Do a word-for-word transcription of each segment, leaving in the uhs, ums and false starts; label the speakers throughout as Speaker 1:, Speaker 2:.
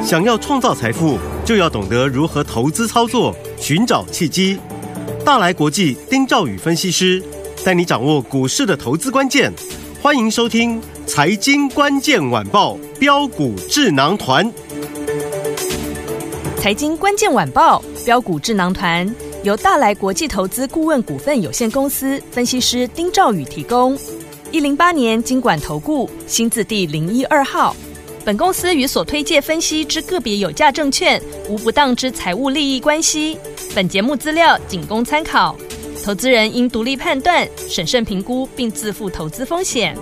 Speaker 1: 想要创造财富，就要懂得如何投资操作，寻找契机。大来国际丁兆宇分析师带你掌握股市的投资关键。欢迎收听《财经关键晚报》标股智囊团。
Speaker 2: 财经关键晚报标股智囊团由大来国际投资顾问股份有限公司分析师丁兆宇提供。一零八年金管投顾新字第零一二号。本公司与所推介分析之个别有价证券无不当之财务利益关系。本节目资料仅供参考，投资人应独立判断、审慎评估，并自负投资风险。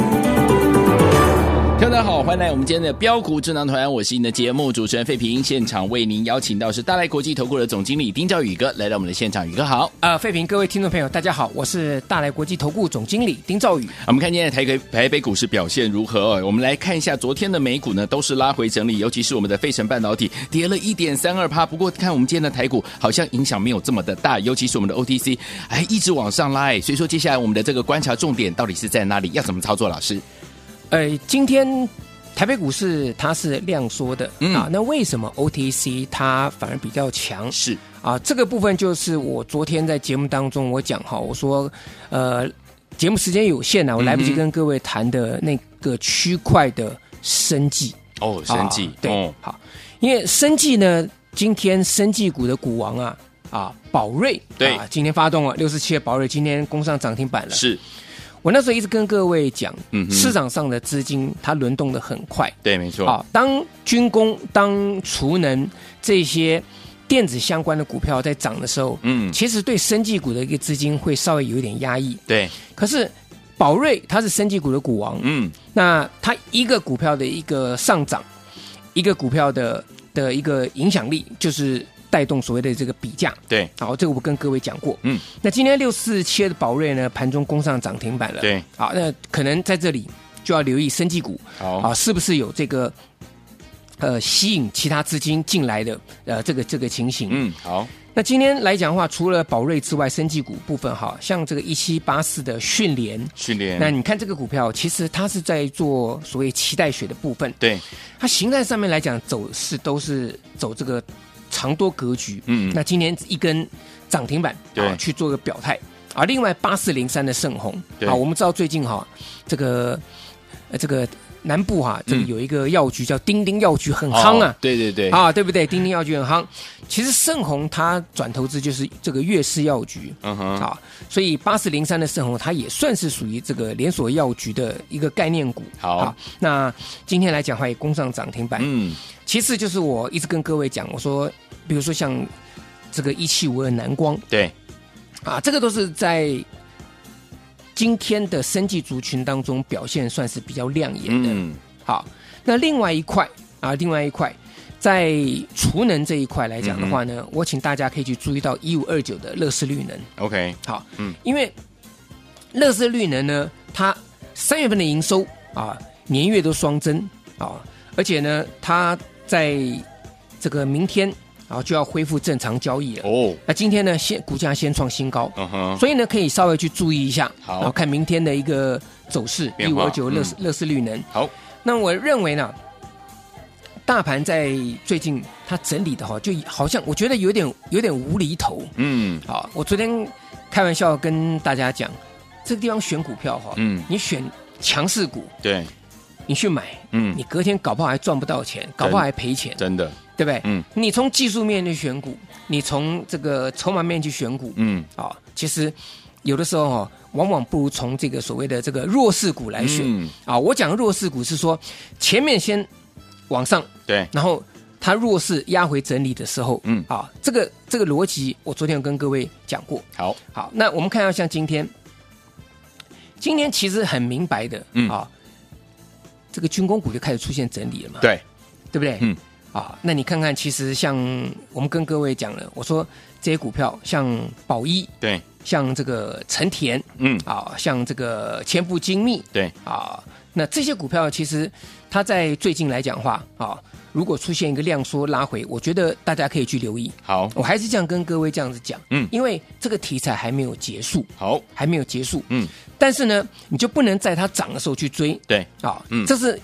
Speaker 3: 大家好，欢迎来我们今天的标股智囊团，我是您的节目主持人费平。现场为您邀请到是大来国际投顾的总经理丁兆宇哥来到我们的现场，宇哥好。
Speaker 4: 呃，费平，各位听众朋友，大家好，我是大来国际投顾总经理丁兆宇。
Speaker 3: 我们看今天的台北台北股市表现如何、哦？我们来看一下昨天的美股呢，都是拉回整理，尤其是我们的费城半导体跌了 一点三二%。不过看我们今天的台股好像影响没有这么的大，尤其是我们的 O T C 哎一直往上拉哎，所以说接下来我们的这个观察重点到底是在哪里？要怎么操作？老师？
Speaker 4: 呃，今天台北股市它是量缩的、嗯、啊，那为什么 O T C 它反而比较强？
Speaker 3: 是
Speaker 4: 啊，这个部分就是我昨天在节目当中我讲哈，我说呃，节目时间有限啊，我来不及跟各位谈的那个区块的生技
Speaker 3: 哦，生技、
Speaker 4: 啊、对、
Speaker 3: 哦，
Speaker 4: 好，因为生技呢，今天生技股的股王啊啊，宝瑞
Speaker 3: 对、
Speaker 4: 啊，今天发动了六十七的宝瑞，今天攻上涨停板了，
Speaker 3: 是。
Speaker 4: 我那时候一直跟各位讲、
Speaker 3: 嗯，
Speaker 4: 市场上的资金它轮动的很快，
Speaker 3: 对，没错。
Speaker 4: 啊，当军工、当储能这些电子相关的股票在涨的时候，嗯，其实对生技股的一个资金会稍微有一点压抑，
Speaker 3: 对。
Speaker 4: 可是宝瑞它是生技股的股王，嗯，那它一个股票的一个上涨，一个股票的的一个影响力就是带动所谓的这个比价，
Speaker 3: 对，
Speaker 4: 好，这个我跟各位讲过，
Speaker 3: 嗯，
Speaker 4: 那今天六四七的宝瑞呢，盘中攻上涨停板了，
Speaker 3: 对，
Speaker 4: 好，那可能在这里就要留意生技股，
Speaker 3: 好
Speaker 4: 啊，是不是有这个呃吸引其他资金进来的呃这个这个情形，
Speaker 3: 嗯，好，
Speaker 4: 那今天来讲的话，除了宝瑞之外，生技股部分哈，像这个一七八四的讯联，
Speaker 3: 讯联，
Speaker 4: 那你看这个股票，其实它是在做所谓期待学的部分，
Speaker 3: 对，
Speaker 4: 它形态上面来讲走势都是走这个长多格局，
Speaker 3: 嗯，
Speaker 4: 那今天一根涨停板，
Speaker 3: 对、
Speaker 4: 啊，去做个表态。而另外八四零三的盛虹，
Speaker 3: 啊，
Speaker 4: 我们知道最近哈，这个呃这个南部哈，这个有一个药局叫丁丁药局，很夯啊、
Speaker 3: 哦，对对对，
Speaker 4: 啊，对不对？丁丁药局很夯。其实盛虹它转投资就是这个悦氏药局，嗯哼，啊，所以八四零三的盛虹它也算是属于这个连锁药局的一个概念股。
Speaker 3: 好，
Speaker 4: 啊、那今天来讲的话也攻上涨停板，
Speaker 3: 嗯。
Speaker 4: 其次就是我一直跟各位讲，我说，比如说像这个一七五二南光，
Speaker 3: 对，
Speaker 4: 啊，这个都是在今天的生技族群当中表现算是比较亮眼的。嗯，好，那另外一块啊，另外一块在储能这一块来讲的话呢，嗯、我请大家可以去注意到一五二九的乐视绿能。
Speaker 3: OK，
Speaker 4: 好，嗯，因为乐视绿能呢，它三月份的营收啊，年月都双增啊，而且呢，它在这个明天啊就要恢复正常交易了哦。那今天呢，先股价先创新高，uh-huh. 所以呢可以稍微去注意一下，好，然后看明天的一个走势。一五二九乐视乐视绿能。
Speaker 3: 好，
Speaker 4: 那我认为呢，大盘在最近它整理的话，就好像我觉得有点有点无厘头。嗯，好，我昨天开玩笑跟大家讲，这个地方选股票哈，嗯，你选强势股，
Speaker 3: 对。
Speaker 4: 你去买，嗯，你隔天搞不好还赚不到钱，搞不好还赔钱，
Speaker 3: 真的，
Speaker 4: 对不对？
Speaker 3: 嗯，
Speaker 4: 你从技术面去选股，你从这个筹码面去选股，嗯，啊、哦，其实有的时候哦，往往不如从这个所谓的这个弱势股来选。嗯，啊、哦，我讲弱势股是说前面先往上，
Speaker 3: 对，
Speaker 4: 然后它弱势压回整理的时候，嗯，啊、哦，这个这个逻辑我昨天有跟各位讲过。
Speaker 3: 好，
Speaker 4: 好，那我们看到像今天，今天其实很明白的，嗯啊。这个军工股就开始出现整理了嘛？
Speaker 3: 对，
Speaker 4: 对不对？嗯，啊，那你看看，其实像我们跟各位讲了，我说这些股票，像宝一，
Speaker 3: 对，
Speaker 4: 像这个成田，嗯，啊，像这个千富精密，
Speaker 3: 对，
Speaker 4: 啊，那这些股票其实它在最近来讲的话，啊，如果出现一个量缩拉回，我觉得大家可以去留意。
Speaker 3: 好，
Speaker 4: 我还是这样跟各位这样子讲，嗯，因为这个题材还没有结束，
Speaker 3: 好，
Speaker 4: 还没有结束，
Speaker 3: 嗯，
Speaker 4: 但是呢，你就不能在它涨的时候去追，
Speaker 3: 对，
Speaker 4: 啊，嗯，这是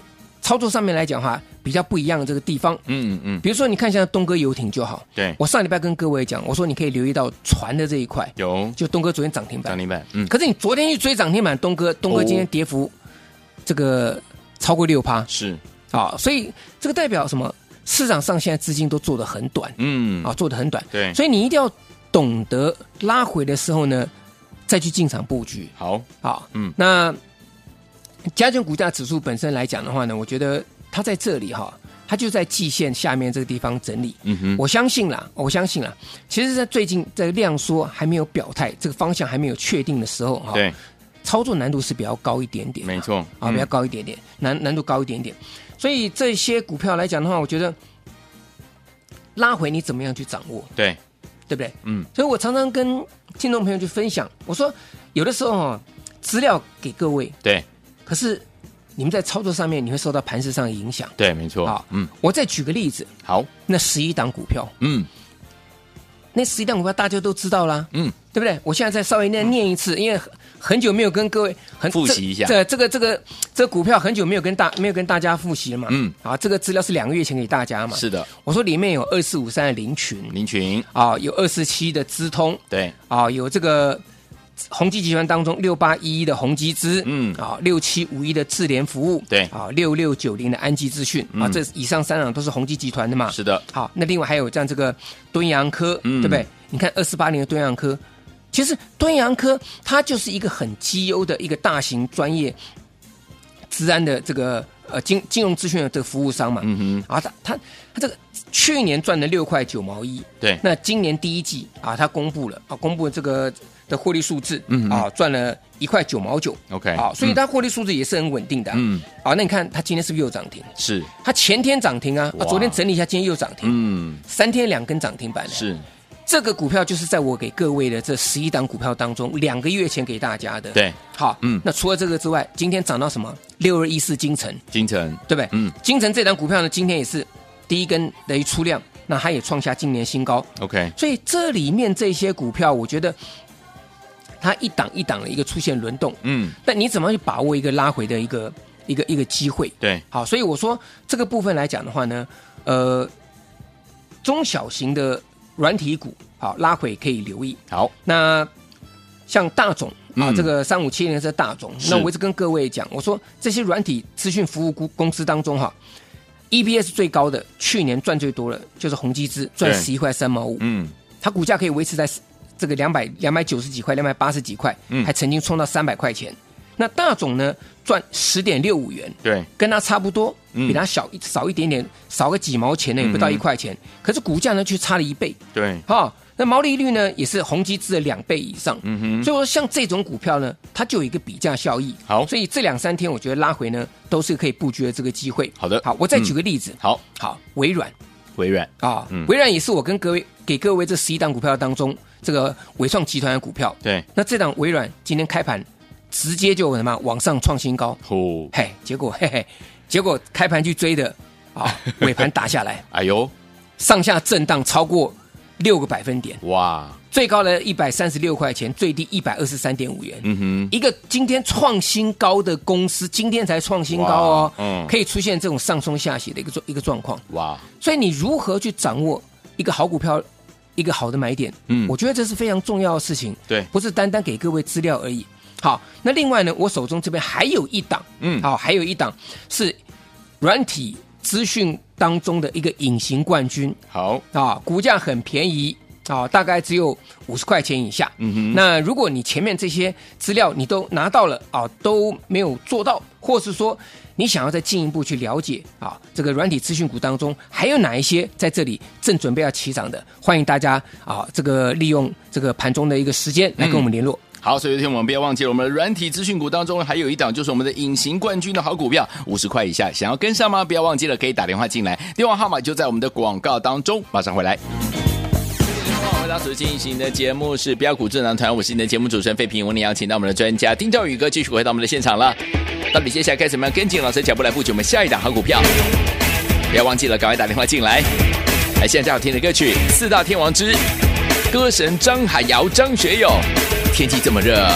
Speaker 4: 操作上面来讲的话，比较不一样的这个地方。
Speaker 3: 嗯嗯，
Speaker 4: 比如说你看像东哥游艇就好。
Speaker 3: 对，
Speaker 4: 我上礼拜跟各位讲，我说你可以留意到船的这一块，
Speaker 3: 有，
Speaker 4: 就东哥昨天涨停板，
Speaker 3: 涨停板，嗯，
Speaker 4: 可是你昨天去追涨停板，东哥东哥今天跌幅、哦、这个超过六趴，
Speaker 3: 是
Speaker 4: 啊，所以这个代表什么？市场上现在资金都做得很短，
Speaker 3: 嗯
Speaker 4: 啊，做得很短，
Speaker 3: 对，
Speaker 4: 所以你一定要懂得拉回的时候呢，再去进场布局。
Speaker 3: 好，
Speaker 4: 好，
Speaker 3: 嗯，
Speaker 4: 那加权股价指数本身来讲的话呢，我觉得它在这里哈，它就在季线下面这个地方整理。
Speaker 3: 嗯哼，
Speaker 4: 我相信啦，我相信啦，其实在最近在量缩还没有表态，这个方向还没有确定的时候哈，
Speaker 3: 对，
Speaker 4: 操作难度是比较高一点点，
Speaker 3: 没错，
Speaker 4: 啊，比较高一点点，难难度高一点点。所以这些股票来讲的话，我觉得拉回你怎么样去掌握，
Speaker 3: 对，
Speaker 4: 对不对？
Speaker 3: 嗯，
Speaker 4: 所以我常常跟听众朋友去分享，我说有的时候哈，资料给各位，
Speaker 3: 对，
Speaker 4: 可是你们在操作上面你会受到盘势上的影响，
Speaker 3: 对，没错。
Speaker 4: 好，
Speaker 3: 嗯，
Speaker 4: 我再举个例子，
Speaker 3: 好，
Speaker 4: 那十一档股票，
Speaker 3: 嗯，
Speaker 4: 那十一档股票大家都知道啦，
Speaker 3: 嗯，
Speaker 4: 对不对？我现在再稍微念念一次，因为很久没有跟各位很
Speaker 3: 复习一下，
Speaker 4: 这这个这个这个股票很久没有跟大没有跟大家复习了嘛，
Speaker 3: 嗯，
Speaker 4: 啊，这个资料是两个月前给大家嘛，
Speaker 3: 是的，
Speaker 4: 我说里面有二四五三的林群，
Speaker 3: 林群
Speaker 4: 啊，有二四七的资通，
Speaker 3: 对，
Speaker 4: 啊，有这个宏基集团当中六八一一的宏基资，
Speaker 3: 嗯，
Speaker 4: 啊，六七五一的智联服务，
Speaker 3: 对，
Speaker 4: 啊，六六九零的安基资讯，
Speaker 3: 嗯、
Speaker 4: 啊，这以上三档都是宏基集团的嘛，
Speaker 3: 是的，
Speaker 4: 好，那另外还有像这个敦洋科，
Speaker 3: 嗯、
Speaker 4: 对不对？你看二四八零的敦洋科。其实敦洋科它就是一个很绩优的一个大型专业资安的这个呃金金融资讯的这个服务商嘛，
Speaker 3: 嗯哼，
Speaker 4: 啊，它它它这个去年赚了六块九毛一，
Speaker 3: 对，
Speaker 4: 那今年第一季啊，它公布了啊，公布了这个的获利数字，
Speaker 3: 嗯
Speaker 4: 啊，赚了一块九毛九
Speaker 3: ，OK，
Speaker 4: 啊，所以它获利数字也是很稳定的，
Speaker 3: 嗯，
Speaker 4: 啊，那你看它今天是不是又涨停？
Speaker 3: 是，
Speaker 4: 它前天涨停啊，啊，昨天整理一下，今天又涨停，
Speaker 3: 嗯，
Speaker 4: 三天两根涨停板，
Speaker 3: 是。
Speaker 4: 这个股票就是在我给各位的这十一档股票当中，两个月前给大家的。
Speaker 3: 对，
Speaker 4: 好，
Speaker 3: 嗯，
Speaker 4: 那除了这个之外，今天涨到什么？六二一四金城，
Speaker 3: 金城，
Speaker 4: 对不对？
Speaker 3: 嗯，
Speaker 4: 金城这档股票呢，今天也是第一根的一出量，那它也创下今年新高。
Speaker 3: OK，
Speaker 4: 所以这里面这些股票，我觉得它一档一档的一个出现轮动，
Speaker 3: 嗯，
Speaker 4: 但你怎么去把握一个拉回的一个一个一个机会？
Speaker 3: 对，
Speaker 4: 好，所以我说这个部分来讲的话呢，呃，中小型的软体股。好，拉回可以留意。
Speaker 3: 好，
Speaker 4: 那像大总啊，
Speaker 3: 嗯、
Speaker 4: 这个三五七零是大总。那我一直跟各位讲，我说这些软体资讯服务公司当中哈 ，E P S 最高的，去年赚最多的，就是宏基资，赚十一块三毛五。嗯，它股价可以维持在这个两百两百九十几块、两百八十几块，嗯，还曾经冲到三百块钱。那大总呢，赚十点六五元，
Speaker 3: 对，
Speaker 4: 跟它差不多，
Speaker 3: 嗯、
Speaker 4: 比它小少一点点，少个几毛钱呢，也不到一块钱。嗯、可是股价呢，却差了一倍。
Speaker 3: 对，
Speaker 4: 哈。那毛利率呢，也是宏基资的两倍以上，嗯哼，所以说像这种股票呢，它就有一个比价效益。
Speaker 3: 好，
Speaker 4: 所以这两三天我觉得拉回呢，都是可以布局的这个机会。
Speaker 3: 好的，
Speaker 4: 好，我再举个例子。
Speaker 3: 嗯、好，
Speaker 4: 好，微软，
Speaker 3: 微软
Speaker 4: 啊，嗯、微软也是我跟各位给各位这十一档股票当中，这个伟创集团的股票。
Speaker 3: 对，
Speaker 4: 那这档微软今天开盘直接就什么往上创新高，
Speaker 3: 哦，
Speaker 4: 嘿，结果嘿嘿，结果开盘去追的啊，尾盘打下来，
Speaker 3: 哎呦，
Speaker 4: 上下震荡超过六个百分点，
Speaker 3: 哇！
Speaker 4: 最高的一百三十六块钱，最低一百二十三点五元。
Speaker 3: 嗯哼，
Speaker 4: 一个今天创新高的公司，今天才创新高哦，嗯，可以出现这种上冲下洗的一个一个状况。哇！所以你如何去掌握一个好股票，一个好的买点？嗯，我觉得这是非常重要的事情。
Speaker 3: 对，
Speaker 4: 不是单单给各位资料而已。好，那另外呢，我手中这边还有一档，嗯，好，还有一档是软体资讯当中的一个隐形冠军。
Speaker 3: 好
Speaker 4: 啊，股价很便宜。啊，大概只有五十块钱以下。嗯哼，那如果你前面这些资料你都拿到了啊，都没有做到，或是说你想要再进一步去了解啊，这个软体资讯股当中还有哪一些在这里正准备要起涨的，欢迎大家啊，这个利用这个盘中的一个时间来跟我们联络。
Speaker 3: 嗯好，所以有天我们不要忘记了，我们的软体资讯股当中还有一档，就是我们的隐形冠军的好股票，五十块以下，想要跟上吗？不要忘记了，可以打电话进来，电话号码就在我们的广告当中，马上回来。回到所进行的节目是标股智囊团，我是你的节目主持人费平，我们邀请到我们的专家丁兆宇哥继续回到我们的现场了。到底接下来该怎么样跟紧老师的脚步来布局我们下一档好股票？不要忘记了，赶快打电话进来。来，现在最好听的歌曲《四大天王之歌神张海瑶张学友》，天气这么热。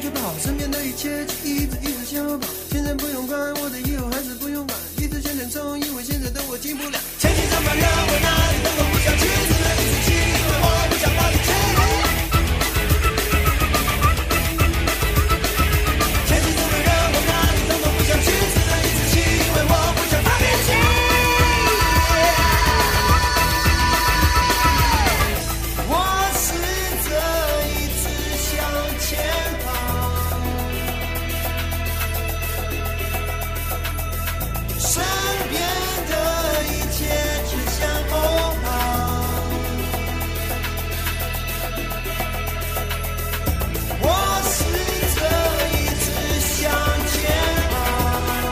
Speaker 5: 就跑，身边的一切就一直一直向我跑。现在不用管我的以后还是不用管，一直向前冲，因为现在的我进不了。前进这么热，我哪里都不想去，只能一直骑，因为我不想放弃。前进这么热，我哪里都不想去，只能一直骑，因为我不想放弃。我试着一直向前跑，身边的一切却向后跑。我试着一直向前跑，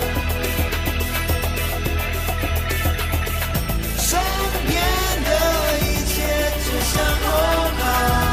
Speaker 5: 身边的一切却向后跑。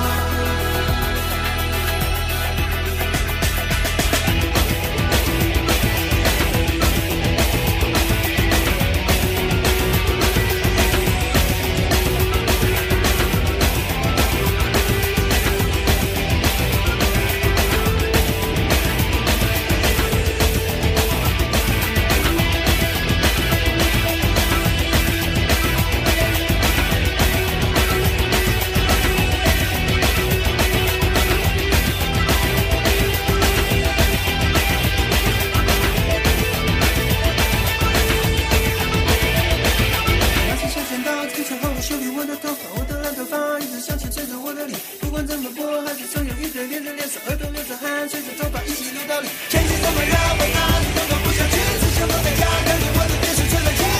Speaker 5: 拿起小剪刀，自己后修理我的头发，我的烂头发一直向前吹着我的脸，不管怎么拨，还是总有一堆连着脸上，耳朵流着汗，随着头发一起流到脸。天气这么热，我哪里都不想去，只想躲在家，看着我的电视吹冷气。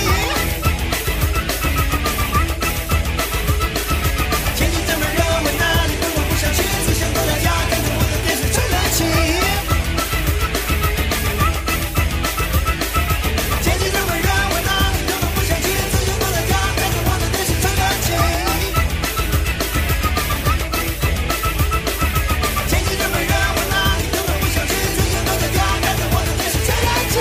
Speaker 5: 天气这么热，我哪里都不想去，只想躲在家，看着我的电视吹冷气。天气这么热，我哪里都不想去，只想躲在家，看着我的电视吹冷气。天气这么热，我哪里都不想去，只想躲在家，看着我的电视吹冷气。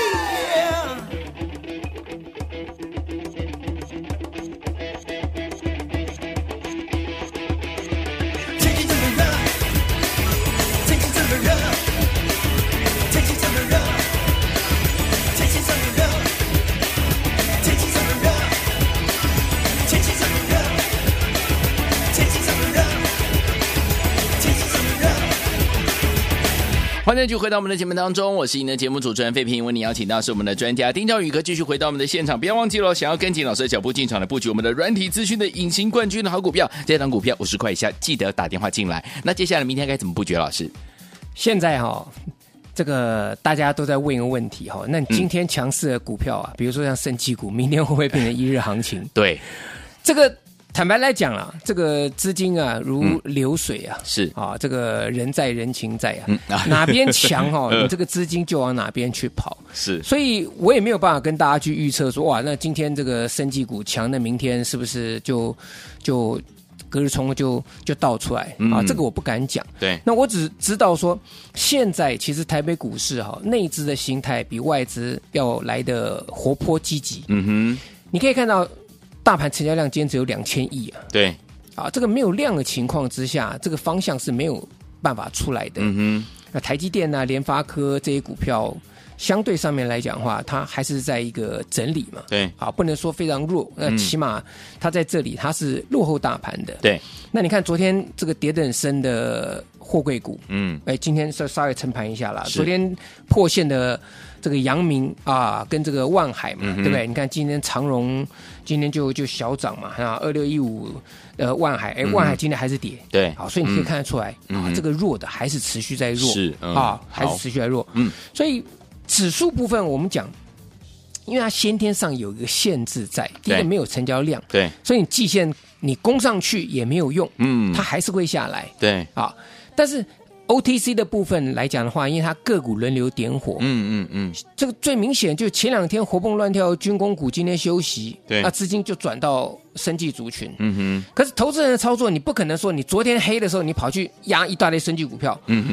Speaker 5: 天气这么热，天气这么热，天气这么热，天气这么热，天气这么热，天气这么热，天气这么热，天气这么热。
Speaker 3: 欢迎继续回到我们的节目当中，我是您的节目主持人费平，为您邀请到是我们的专家丁兆宇哥，继续回到我们的现场。不要忘记了，想要跟紧老师的脚步进场来布局我们的软体资讯的隐形冠军的好股票，这档股票五十块以下，记得打电话进来。那接下来明天该怎么布局？老师，
Speaker 4: 现在哈、哦，这个大家都在问一个问题哈、哦，那你今天强势的股票啊，比如说像生技股，明天会不会变成一日行情？
Speaker 3: 对，
Speaker 4: 这个坦白来讲啦，这个资金啊如流水啊，
Speaker 3: 是
Speaker 4: 啊，这个人在人情在啊，
Speaker 3: 嗯啊
Speaker 4: 哪边强哦，你这个资金就往哪边去跑。
Speaker 3: 是，
Speaker 4: 所以我也没有办法跟大家去预测说，哇，那今天这个生技股强，那明天是不是就就隔日冲就就倒出来、
Speaker 3: 嗯、
Speaker 4: 啊？这个我不敢讲。
Speaker 3: 对，
Speaker 4: 那我只知道说，现在其实台北股市哈、啊，内资的心态比外资要来的活泼积极。
Speaker 3: 嗯哼，
Speaker 4: 你可以看到大盘成交量今天只有两千亿啊。
Speaker 3: 对，
Speaker 4: 啊，这个没有量的情况之下，这个方向是没有办法出来的。
Speaker 3: 嗯哼，
Speaker 4: 那台积电啊、联发科这些股票，相对上面来讲的话，它还是在一个整理嘛。
Speaker 3: 对，
Speaker 4: 啊，不能说非常弱，那起码它在这里它是落后大盘的。
Speaker 3: 对，
Speaker 4: 那你看昨天这个跌得很深的货柜股，
Speaker 3: 嗯，
Speaker 4: 哎，今天稍稍微撑盘一下啦。
Speaker 3: 是
Speaker 4: 昨天破线的这个阳明啊，跟这个万海嘛，
Speaker 3: 嗯、
Speaker 4: 对不对？你看今天长荣今天就就小涨嘛，啊，二六一五呃万海，哎，万海今天还是跌，
Speaker 3: 对，
Speaker 4: 好，所以你可以看得出来、
Speaker 3: 嗯、
Speaker 4: 啊，这个弱的还是持续在弱，
Speaker 3: 是、嗯、
Speaker 4: 啊，还是持续在弱，
Speaker 3: 嗯，
Speaker 4: 所以指数部分我们讲。因为它先天上有一个限制在，第一个没有成交量，
Speaker 3: 对，
Speaker 4: 所以你季线你攻上去也没有用，
Speaker 3: 嗯，
Speaker 4: 它还是会下来，
Speaker 3: 对，
Speaker 4: 啊，但是 O T C 的部分来讲的话，因为它个股轮流点火，
Speaker 3: 嗯嗯嗯，
Speaker 4: 这个最明显就前两天活蹦乱跳军工股今天休息，
Speaker 3: 对，
Speaker 4: 那资金就转到生技族群，
Speaker 3: 嗯哼，
Speaker 4: 可是投资人的操作，你不可能说你昨天黑的时候你跑去压一大堆生技股票，
Speaker 3: 嗯哼。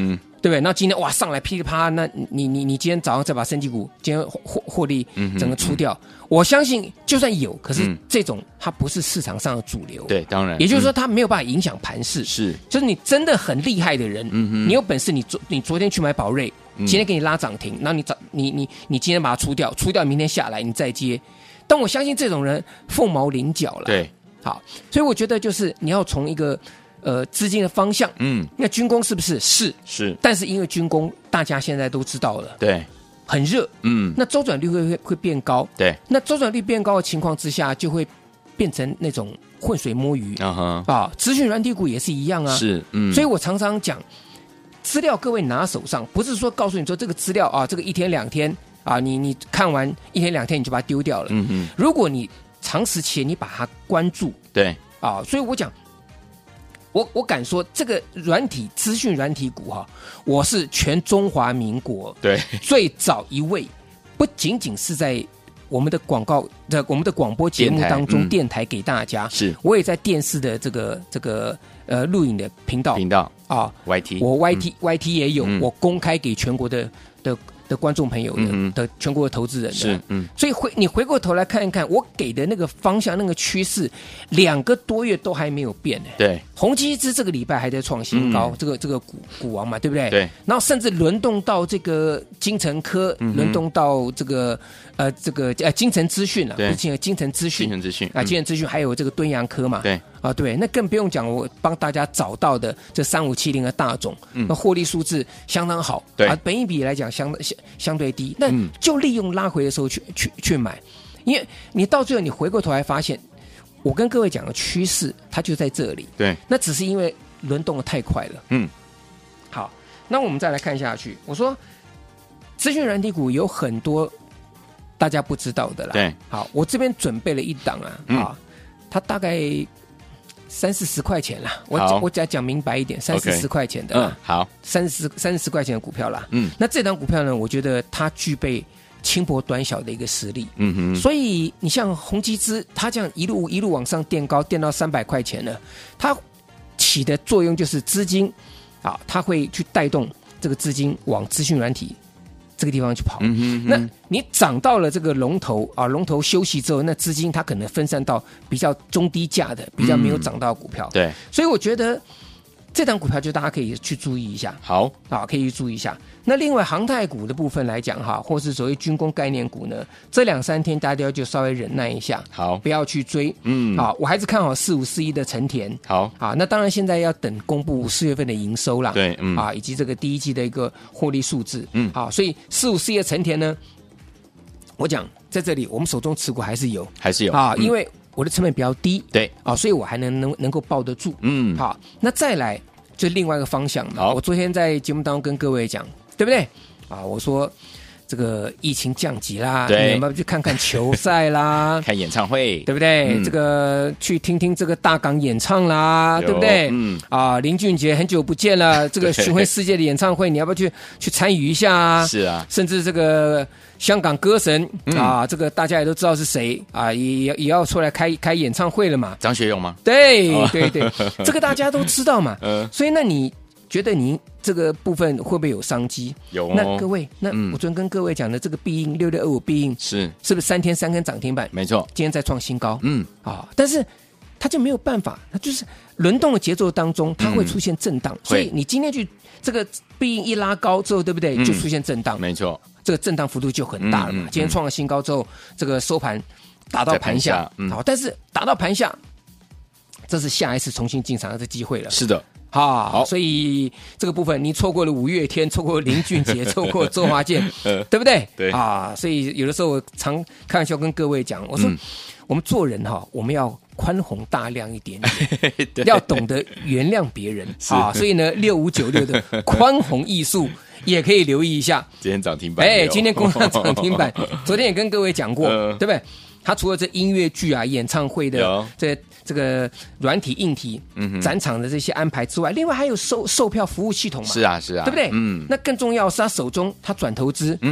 Speaker 4: 对不对？那今天哇上来噼里啪啦，那你你你今天早上再把生技股今天获获利整个出掉，嗯、我相信就算有，可是这种它不是市场上的主流。
Speaker 3: 对，当然，
Speaker 4: 也就是说它没有办法影响盘势。
Speaker 3: 是，
Speaker 4: 就是你真的很厉害的人，
Speaker 3: 嗯、
Speaker 4: 你有本事你昨你昨天去买宝瑞，今天给你拉涨停，然后你早你你你今天把它出掉，出掉明天下来你再接。但我相信这种人凤毛麟角了。
Speaker 3: 对，
Speaker 4: 好，所以我觉得就是你要从一个。呃，资金的方向，
Speaker 3: 嗯，
Speaker 4: 那军工是不是是
Speaker 3: 是？
Speaker 4: 但是因为军工大家现在都知道了，
Speaker 3: 对，
Speaker 4: 很热，
Speaker 3: 嗯，
Speaker 4: 那周转率会会会变高，
Speaker 3: 对，
Speaker 4: 那周转率变高的情况之下，就会变成那种浑水摸鱼，
Speaker 3: 啊哈，
Speaker 4: 啊，资讯软体股也是一样啊，
Speaker 3: 是，嗯，
Speaker 4: 所以我常常讲，资料各位拿手上，不是说告诉你说这个资料啊，这个一天两天啊，你你看完一天两天你就把它丢掉了，
Speaker 3: 嗯嗯，
Speaker 4: 如果你长时期你把它关注，
Speaker 3: 对，
Speaker 4: 啊，所以我讲。我我敢说，这个软体资讯软体股哈，我是全中华民国
Speaker 3: 对
Speaker 4: 最早一位，不仅仅是在我们的广告的我们的广播节目当中，电台给大家，
Speaker 3: 是
Speaker 4: 我也在电视的这个这个呃录影的频道
Speaker 3: 频道
Speaker 4: 啊
Speaker 3: ，Y T，
Speaker 4: 我 Y T、嗯、Y T 也有，
Speaker 3: 嗯、
Speaker 4: 我公开给全国的的。的观众朋友的、嗯、的全国的投资人的
Speaker 3: 是，嗯，
Speaker 4: 所以回你回过头来看一看，我给的那个方向、那个趋势，两个多月都还没有变呢。
Speaker 3: 对，
Speaker 4: 宏基资这个礼拜还在创新高，
Speaker 3: 嗯、
Speaker 4: 这个这个股股王嘛，对不对？
Speaker 3: 对。
Speaker 4: 然后甚至轮动到这个精城科，嗯、轮动到这个呃这个呃精城资讯了，不是精精城资讯，
Speaker 3: 精城资讯
Speaker 4: 啊，精城资讯还有这个敦洋科嘛，
Speaker 3: 对。
Speaker 4: 啊，对，那更不用讲，我帮大家找到的这三五七零的大种，嗯、那获利数字相当好，
Speaker 3: 对
Speaker 4: 啊，本益比来讲相相相对低，那就利用拉回的时候去去去买，因为你到最后你回过头来发现，我跟各位讲的趋势它就在这里，
Speaker 3: 对，
Speaker 4: 那只是因为轮动的太快了，
Speaker 3: 嗯，
Speaker 4: 好，那我们再来看下去，我说资讯软体股有很多大家不知道的啦，
Speaker 3: 对，
Speaker 4: 好，我这边准备了一档啊，嗯、啊，它大概。三四十块钱啦，我我讲讲明白一点，三四十块钱的，
Speaker 3: 嗯，好，
Speaker 4: 三十三十块钱的股票啦，
Speaker 3: 嗯，
Speaker 4: 那这档股票呢，我觉得它具备轻薄短小的一个实力，
Speaker 3: 嗯哼，
Speaker 4: 所以你像宏基资，它这样一路一路往上垫高，垫到三百块钱了，它起的作用就是资金啊，它会去带动这个资金往资讯软体这个地方去跑，
Speaker 3: 嗯哼哼，
Speaker 4: 那你涨到了这个龙头啊，龙头休息之后，那资金它可能分散到比较中低价的、比较没有涨到的股票。
Speaker 3: 嗯、对，
Speaker 4: 所以我觉得这档股票就大家可以去注意一下。
Speaker 3: 好
Speaker 4: 啊，可以去注意一下。那另外航太股的部分来讲哈，或是所谓军工概念股呢，这两三天大家就稍微忍耐一下，
Speaker 3: 好，
Speaker 4: 不要去追。
Speaker 3: 嗯，
Speaker 4: 好，我还是看好四五四一的成田。
Speaker 3: 好，
Speaker 4: 啊，那当然现在要等公布四月份的营收啦，
Speaker 3: 对，嗯，
Speaker 4: 啊，以及这个第一季的一个获利数字。
Speaker 3: 嗯，
Speaker 4: 好，所以四五四一的成田呢，我讲在这里我们手中持股还是有，
Speaker 3: 还是有
Speaker 4: 啊，
Speaker 3: 嗯、
Speaker 4: 因为我的成本比较低，
Speaker 3: 对，
Speaker 4: 啊，所以我还能能能够抱得住。
Speaker 3: 嗯，
Speaker 4: 好，那再来就另外一个方向嘛。我昨天在节目当中跟各位讲，对不对？啊，我说这个疫情降级啦，你有没有去看看球赛啦？
Speaker 3: 看演唱会，
Speaker 4: 对不对？
Speaker 3: 嗯、
Speaker 4: 这个去听听这个大港演唱啦，对不对？
Speaker 3: 嗯，
Speaker 4: 啊，林俊杰很久不见了，这个巡回世界的演唱会，你要不要去去参与一下啊？
Speaker 3: 是啊，
Speaker 4: 甚至这个香港歌神、
Speaker 3: 嗯、
Speaker 4: 啊，这个大家也都知道是谁啊，也也要出来开开演唱会了嘛？
Speaker 3: 张学友吗？
Speaker 4: 对、
Speaker 3: 哦、
Speaker 4: 对对，这个大家都知道嘛。
Speaker 3: 嗯，
Speaker 4: 所以那你觉得你这个部分会不会有商机？
Speaker 3: 有、哦。
Speaker 4: 那各位，那我昨天跟各位讲的这个必应六六二五必应
Speaker 3: 是
Speaker 4: 是不是三天三根涨停板？
Speaker 3: 没错，
Speaker 4: 今天再创新高。
Speaker 3: 嗯
Speaker 4: 啊，但是它就没有办法，它就是轮动的节奏当中，它会出现震荡。嗯、所以你今天去这个必应一拉高之后，对不对？嗯、就出现震荡。
Speaker 3: 没错，
Speaker 4: 这个震荡幅度就很大了嘛。嗯嗯嗯、今天创了新高之后，这个收盘打到盘下，好、嗯，但是打到盘下，这是下一次重新进场的机会了。
Speaker 3: 是的。
Speaker 4: 好，好，所以这个部分你错过了五月天，错过了林俊杰，错过了周华健，对不对？
Speaker 3: 对
Speaker 4: 啊，所以有的时候我常开玩笑跟各位讲，我说、嗯、我们做人哈，我们要宽宏大量一点点，要懂得原谅别人啊。所以呢，六五九六的宽宏艺术也可以留意一下。
Speaker 3: 今天涨停板，
Speaker 4: 哎，今天攻上涨停板，昨天也跟各位讲过，呃、对不对？他除了这音乐剧啊、演唱会的这这个软体、硬体、嗯、展场的这些安排之外，另外还有售售票服务系统嘛？
Speaker 3: 是啊，是啊，
Speaker 4: 对不对？
Speaker 3: 嗯，
Speaker 4: 那更重要是他手中他转投资，
Speaker 3: 嗯，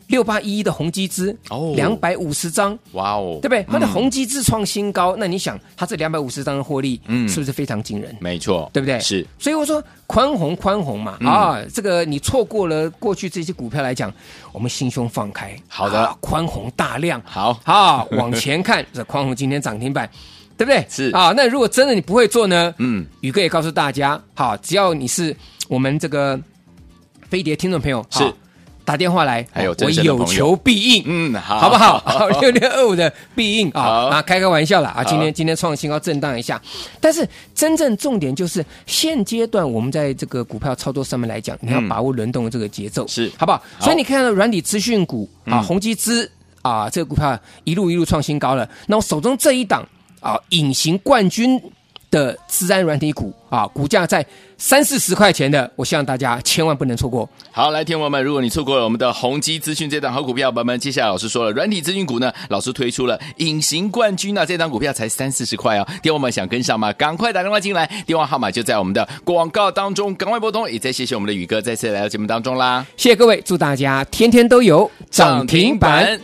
Speaker 4: 六八一一的宏基资
Speaker 3: 哦
Speaker 4: 两百五十张，
Speaker 3: 哇哦，
Speaker 4: 对不对？它的
Speaker 3: 嗯
Speaker 4: 宏基资创新高，那你想它这两百五十张的获利，
Speaker 3: 嗯
Speaker 4: 是不是非常惊人？
Speaker 3: 没错，
Speaker 4: 对不对？
Speaker 3: 是，
Speaker 4: 所以我说宽宏宽宏嘛，
Speaker 3: 嗯
Speaker 4: 啊，这个你错过了过去这些股票来讲，我们心胸放开，
Speaker 3: 好的
Speaker 4: 啊宽宏大量，
Speaker 3: 好
Speaker 4: 啊，往前看，这宽宏今天涨停板。对不对？
Speaker 3: 是
Speaker 4: 啊，那如果真的你不会做呢？
Speaker 3: 嗯，
Speaker 4: 宇哥也告诉大家，好，只要你是我们这个飞碟听众朋友，
Speaker 3: 是
Speaker 4: 好打电话来，
Speaker 3: 还有
Speaker 4: 我
Speaker 3: 真正的朋友
Speaker 4: 有求必应，
Speaker 3: 嗯，好，
Speaker 4: 好不好？好，六六二五的必应
Speaker 3: 好
Speaker 4: 啊啊，开个玩笑啦啊！今
Speaker 3: 好
Speaker 4: 天今天创新高震荡一下，但是真正重点就是现阶段我们在这个股票操作上面来讲，你要把握轮动的这个节奏，
Speaker 3: 是
Speaker 4: 好不好？
Speaker 3: 好
Speaker 4: 所以你看到软体资讯股啊，
Speaker 3: 嗯
Speaker 4: 宏基资啊，这个股票一路一路创新高了，那我手中这一档啊，隐形冠军的资安软体股啊，股价在三四十块钱的，我希望大家千万不能错过。
Speaker 3: 好，来，听众朋友们，如果你错过了我们的宏基资讯这档好股票，朋友们，接下来老师说了，软体资讯股呢，老师推出了隐形冠军啊，这档股票才三四十块哦，听众们想跟上吗？赶快打电话进来，电话号码就在我们的广告当中，赶快拨通。也再谢谢我们的宇哥再次来到节目当中啦，
Speaker 4: 谢谢各位，祝大家天天都有涨停板。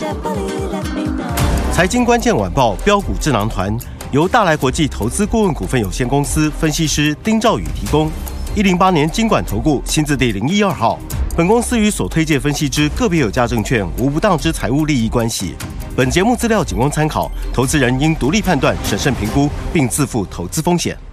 Speaker 1: 财经关键晚报标股智囊团由大来国际投资顾问股份有限公司分析师丁兆宇提供。一零八年金管投顾新字第零一二号。本公司与所推介分析之个别有价证券无不当之财务利益关系。本节目资料仅供参考，投资人应独立判断、审慎评估，并自负投资风险。